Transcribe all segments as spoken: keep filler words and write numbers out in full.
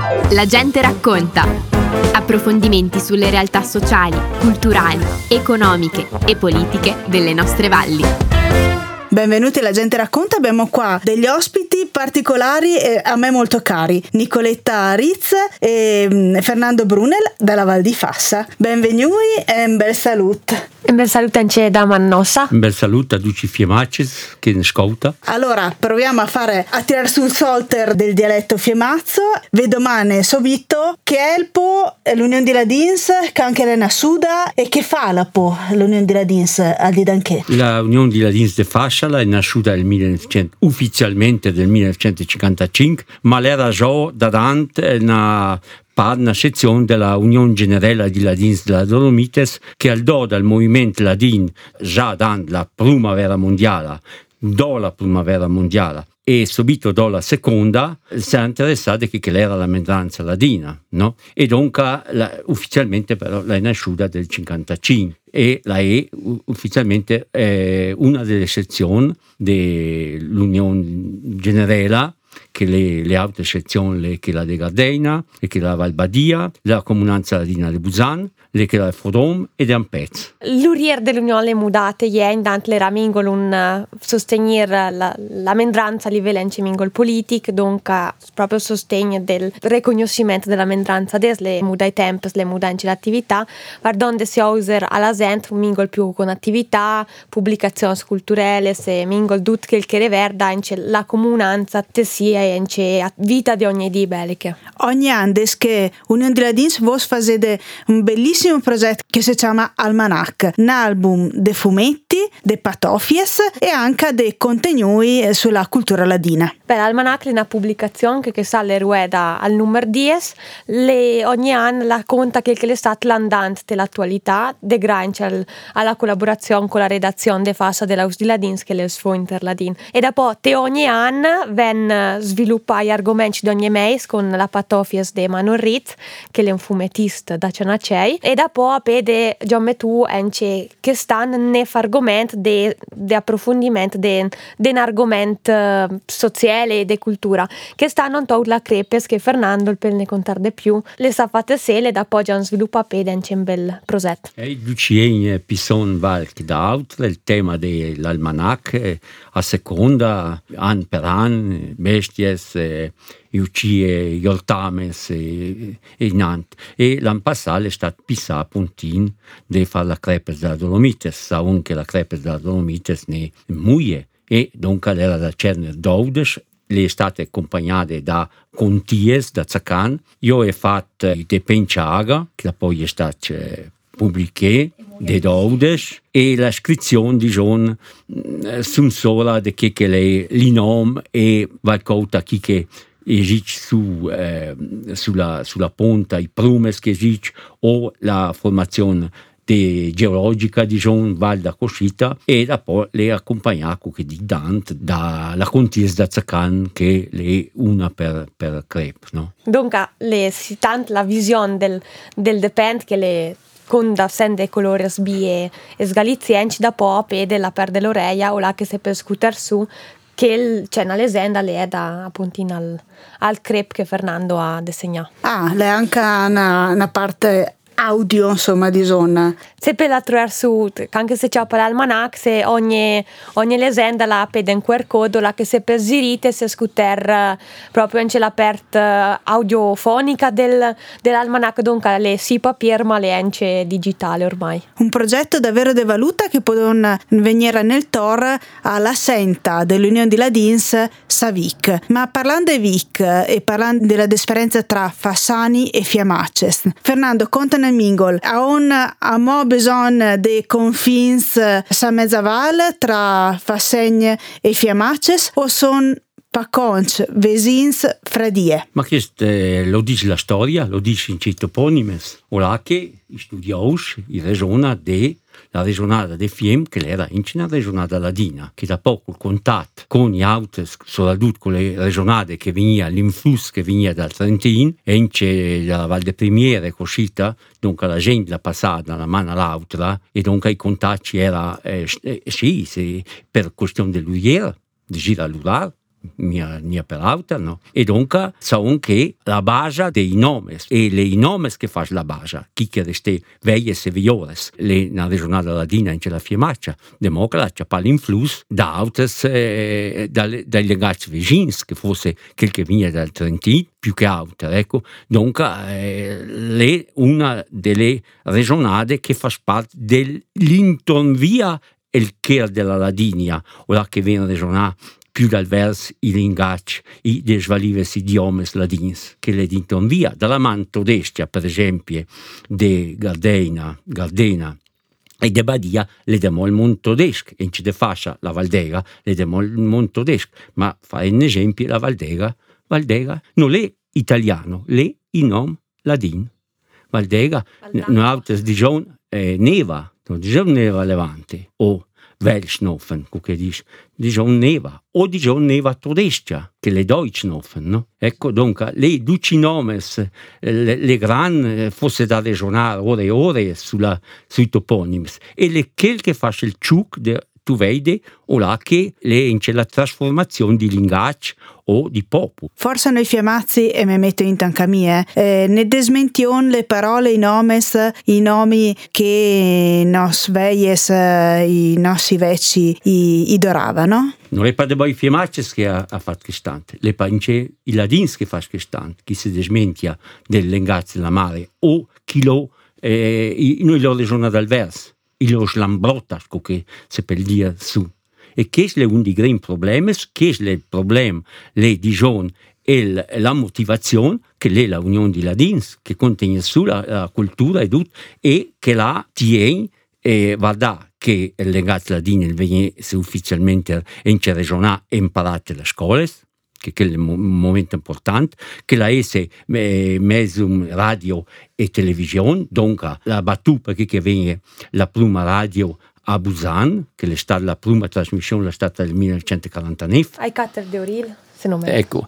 La gente racconta. Approfondimenti sulle realtà sociali, culturali, economiche e politiche delle nostre valli. Benvenuti alla Gente Racconta, abbiamo qua degli ospiti particolari e a me molto cari, Nicoletta Ritz e Fernando Brunel dalla Val di Fassa. Benvenuti e un bel saluto. Un bel saluto anche da Mannossa. Un bel saluto a tutti i fiemaces che ne ascolta. Allora, proviamo a fare a tirare sul solter del dialetto fiemazzo. Vi domane subito che è il po' l'Unione di Ladins, che anche l'è nasciuta, e che fa la po' l'Unione di Ladins al di danché? La Unione di Ladins de Fascia è nasciuta nel millenovecento, ufficialmente nel millenovecentocinquantacinque, ma l'era già da Dante una una sezione della Unione Generale di Ladins della Dolomites che al do del movimento Ladin già dando la primavera mondiale, do la primavera mondiale e subito do la seconda, si è interessato che, che era la minoranza ladina, no? E dunque la, ufficialmente però è nasciuta del cinquantacinque e la è ufficialmente eh, una delle sezioni dell'Unione Generale, che le, le altre sezioni che la de Gardena, e che la Valbadia, la Comunanza Ladina de Busan, le che la Fodom e de Ampez. L'urier dell'Unione Mudate è indant le ramingol un uh, sostenere la, la mendranza a livello mingol politic, dunque proprio sostegno del riconoscimento della mendranza des le muda i tempes, le muda anche l'attività, pardon si user alla sent un mingol più con attività, pubblicazioni culturali, se mingol tut che il che reverda anche la comunanza te sia anche vita di ogni di belliche. Ogni anno che Unione di Ladins vos fasede un bellissimo un progetto che si chiama Almanac, un album de fumetti, de patofies e anche dei contenuti sulla cultura ladina. Per l'Almanac è una pubblicazione che, che sale rueda al numero dieci, le, ogni anno la conta che, che è stato l'andante dell'attualità, de grazie alla collaborazione con la redazione de Fassa dell'Aus di Ladins che è il suo interladin. E dopo te ogni anno ven sviluppa gli argomenti di ogni mese con la patofies de Manuel Ritz, che è un fumettista da Cianacei. E dopo pede già tu anche che stanno ne argomento de, de approfondimento de, de un argomento sociale e de cultura che stanno in tutta la crepes che Fernando per ne contare di più le sa fatte se le dopo già sviluppa pede anche un bel progetto. E Lucien Pisson Valk d'altro il tema dell'almanac a seconda an per an besties e uccie Ioltames e, e Nant e l'anno passato è stato pissato puntin di fare la crepes della Dolomites, sa anche la crepes della Dolomites ne muie e dunque era da Cerner Doudes, le è state accompagnate da Conties, da Zaccan. Io ho fatto De Penciaga, che poi è stato pubblicato, de Doudes, e la iscrizione di John sun sola di che che lei l'inom e qualcosa chi che esiste su, eh, sulla, sulla ponta, i prumes che esiste o la formazione de geologica di John Val da Coscita e dopo le accompagnato che di Dante dalla Contis da Zaccan che è una per, per Crep, no? Dunque le si tant la visione del, del depend che le con da sende colore sbie e sgalizienci da po' pede la per dell'oreia o la che se per scuter su che c'è una lesenda le è da appunto al, al crepe che Fernando ha disegnato. Ah, le è anche una, una parte audio, insomma, di zona. Se per la trovare su, anche se c'è per l'almanac, se ogni, ogni leggenda la pede in quel codo, la che se per zirite, se scuter proprio anche l'aperta audiofonica del, dell'almanac, dunque le si papier, ma le anche digitale ormai. Un progetto davvero de valuta che può venire nel Tor alla senta dell'Unione di Ladins Savic. Ma parlando di Vic e parlando della differenza tra Fassani e Fiamaces, Fernando, contane Mingol, ha un a mo beson de confins sa mezzaval tra Fassegne e Fiamaces o son paconch vesins fradie? Ma questo eh, lo dice la storia, lo dice in citoponimes. Ora che studios in regione de la regionata de Fiem, che era in una regionata ladina, che da poco il contatto con gli altri, soprattutto con le regionate che veniva, l'influsso che veniva dal Trentin, e in la Val de Primiere, coscita, dunque la gente la passava da una mano all'altra, e dunque i contatti erano, eh, sì, sì, per questione dell'uiera, di gira all'urar, mia, mia per alta, no? E dunque sono che la base dei nomi, e le nomi che fa la base, chi che reste veglie e viores, le na regionale ladina in c'è la fiemaccia, democrata c'è pas l'influsso da altres, eh, dai legati vicini, che fosse quel che viene dal Trentino, più che altro, ecco. Dunque, eh, le una delle regionali che fa parte dell'intornvia il che della Ladinia, o la che viene regionale più dal verso i linguaggi, i desvalives idiomes ladins, che le dinton via, dalla manto destia, per esempio, de Gardena, Gardena, e de Badia le demo il montodesco, e in ci de fascia la Valdera le demo il montodesco, ma fa un esempio la Valdera, Valdera non è italiano, è il nome ladin. Valdera, non altres digion eh, neva, non digion neva levante, o Welschnoffen, che dice, digion neva, o digion neva todestia, che le Deutschnoffen, no? Ecco, dunque, le duci nomes, le, le gran, fosse da regionare ore e ore sulla, sui toponims, e le quel che fa il ciuc de tu vedi o là che le in c'è la trasformazione di linguaggio o di popolo. Forse noi fiamazzi, e mi metto in tanca mia, eh, ne desmention le parole, i nomes, i nomi che nos veies, i nostri vecchi, i, i doravano. Non è pas de boi fiamacci che ha, ha fatto quest'ante, le pa in c'è i ladins che fa quest'ante, chi si desmentia del linguaggio della mare, o chi lo, eh, noi lo regiona dal verso. Il lo slambrotas, che se per dire su. E che è un dei grandi problemi, che è il problema, le digion e la motivazione, che è la unione di ladins, che contiene sulla la cultura e tutto, e che la tiene, e va da che il legato ladino viene ufficialmente in regionale e imparate alle scuole, che è un momento importante, che la esse eh, mezzo radio e televisione, dunque la battuta che viene la prima radio a Busan, che è stata la prima trasmissione, è stata nel millenovecentoquarantanove. Ai Cater de Oril, se non mi Ecco,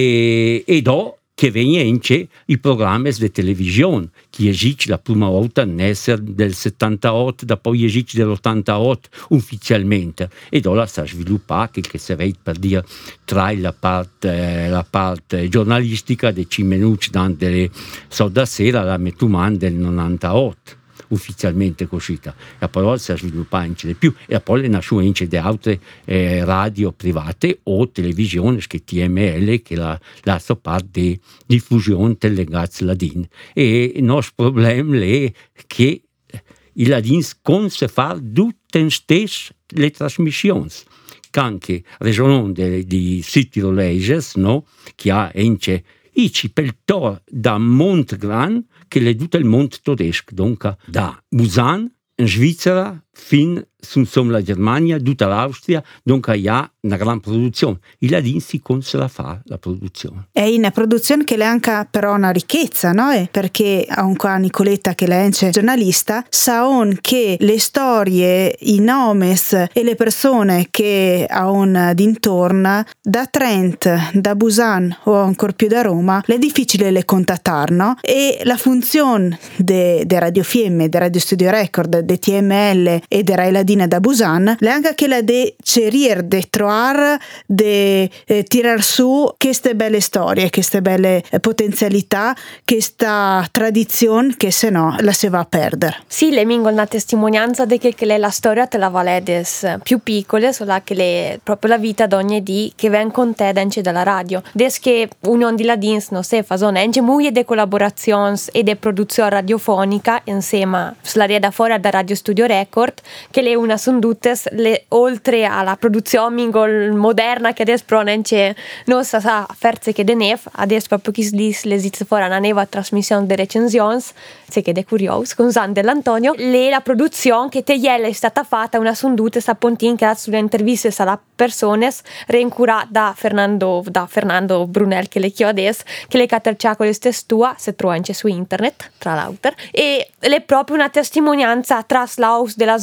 e, e do che viene in i programmi di televisione, che esiste la prima volta nell'essere del settantotto, da poi esiste dell'ottantotto ufficialmente, e dopo la sta sviluppando, che si vede per dire tra la parte, la parte giornalistica dei cinque minuti delle so da sera la metumana del novantotto. Ufficialmente cosita, e poi si sviluppa in di più, e poi le nasce in di altre eh, radio private o televisioni che T M L che la, la so parte di diffusione del linguaggio ladino. E il nostro problema è che i ladini con se fare tutte stesse le trasmissioni, che anche regione di siti roleges, no, che ha ence ici per tor da Montgran, che è tutto il mondo tedesco, dunque da Busan, in Svizzera, fin sulla Germania, tutta l'Austria, dunque hi ha una gran produzione. I ladini si consela a fare la produzione. È una produzione che le anche però una ricchezza, no? E perché anche Nicoletta, che è giornalista, sa on che le storie, i nomes e le persone che ha un d'intorno, da Trent, da Busan o ancora più da Roma, è difficile le contattare, no? E la funzione de, de Radio Fiemme, de Radio Studio Record, de T M L e de Rai Ladina da Busan, le anche che la de cerir, de troar, de eh, tirar su queste belle storie, queste belle eh, potenzialità, questa tradizione che se no la si va a perdere. Sì, le mingol una testimonianza di che, che le, la storia te la valedes più piccole, solo che le, proprio la vita d'ogni dì che ven con te dentro dalla radio. Des che Union di Ladins no se fa zona enge muie de collaborazioni e de produzione radiofonica insieme sulla reda fuori da Radio Studio Record, che le una son tuttes le oltre alla produzione mingol moderna che adesso pronence non sa sa ferze che de nef adesso proprio chi dis le sit fuori una neva trasmissione de recensioni se che de curios con San dell'Antonio le la produzione che te iella è stata fatta una son tuttes a Pontin grazie sulle interviste alla persones reincurata da Fernando da Fernando Brunel che le chiedo adesso che le catercia con le stesse tua se trova anche su internet tra l'altro e le proprio una testimonianza tras l'aus della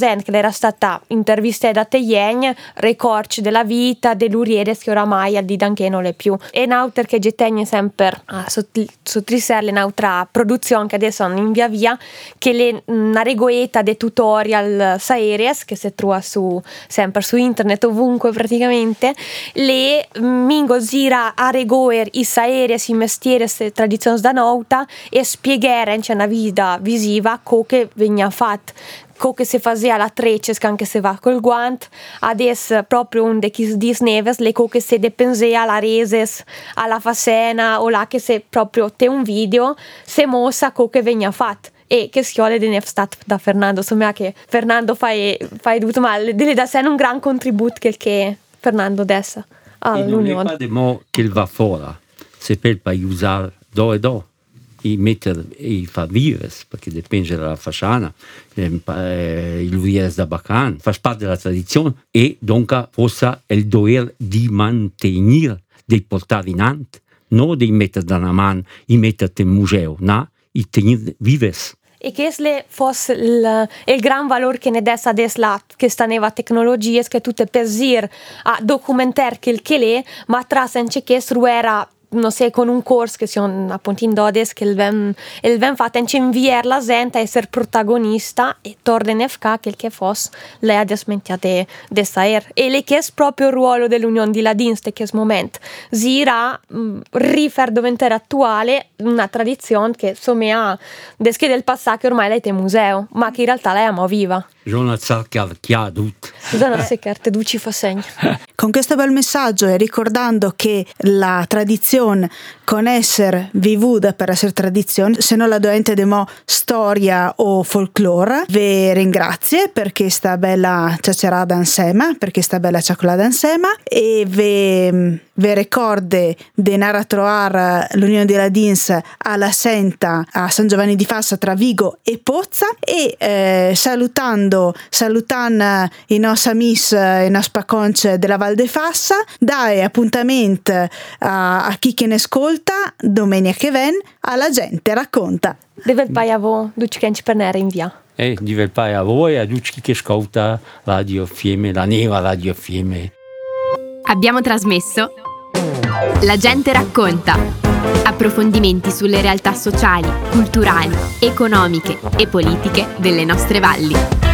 gente che era stata intervistata da Tegien, ricordi della vita dell'Uriedes che oramai al di anche non è più. E un'altra che gettegna sempre a sottrisere un'altra produzione che adesso in via via, che è una regoeta di tutorial series che si trova su, sempre su internet ovunque praticamente, le mingo gira a regoer i series, i mestieri, le tradizioni da nota e spiegare in una vita visiva co che veniva fatto, co che si faceva la trecce anche se va col guant, adesso proprio un de chis dis neves le co che si depensea alla reses alla facena o là che se proprio te un video se mossa co che veniva fatto. E che schiole di Nefstat da Fernando, insomma che Fernando fai fai tutto male, deve da sé un gran contributo che che Fernando dessa all'unione. Non è pas de mo che va fuori, se per pa usare do e do i mettere i fa virus perché dipende dalla fasciana, eh, il virus da bacan fa parte della tradizione e dunque forse il dovere di mantenere, di portare in avanti, non di mettere da una mano e mettere in museo, no? I tenere vives. E che le fosse il, il gran valore che ne dessa adesso la che staneva tecnologie che tutte per dir a documentare che il che le ma tra senza che era non so, con un corso che sono appunto in Dodes che il ven, il ven fatto in inviare la gente a essere protagonista e torna in F K che il che fosse lei ha desmentiate de saer e le che è proprio il ruolo dell'Unione di Ladins che è momento zira rifer diventare attuale una tradizione che insomma ha desche del passato che ormai lei è museo ma che in realtà lei è viva. Non sa che ha chiarut. Non sa che arte duci fa segno. Con questo bel messaggio e ricordando che la tradizione con essere vivuta per essere tradizione, se non la dovente demo storia o folklore, vi ringrazio perché sta bella ciacerata insieme, perché sta bella ciacolata insieme e vi, vi ricorde di andare a trovare l'Unione di Ladins alla Senta a San Giovanni di Fassa tra Vigo e Pozza e eh, salutando salutando i nostri amici e i nostri paconce della Val de Fassa, dai appuntamento a, a chi che ne ascolta domenica che ven alla gente racconta. Deve il pai a voi, duci che per nere in via. E deve il pai a voi, a tutti che ascolta Radio Fiemme, la Neva Radio Fiemme. Abbiamo trasmesso La gente racconta. Approfondimenti sulle realtà sociali, culturali, economiche e politiche delle nostre valli.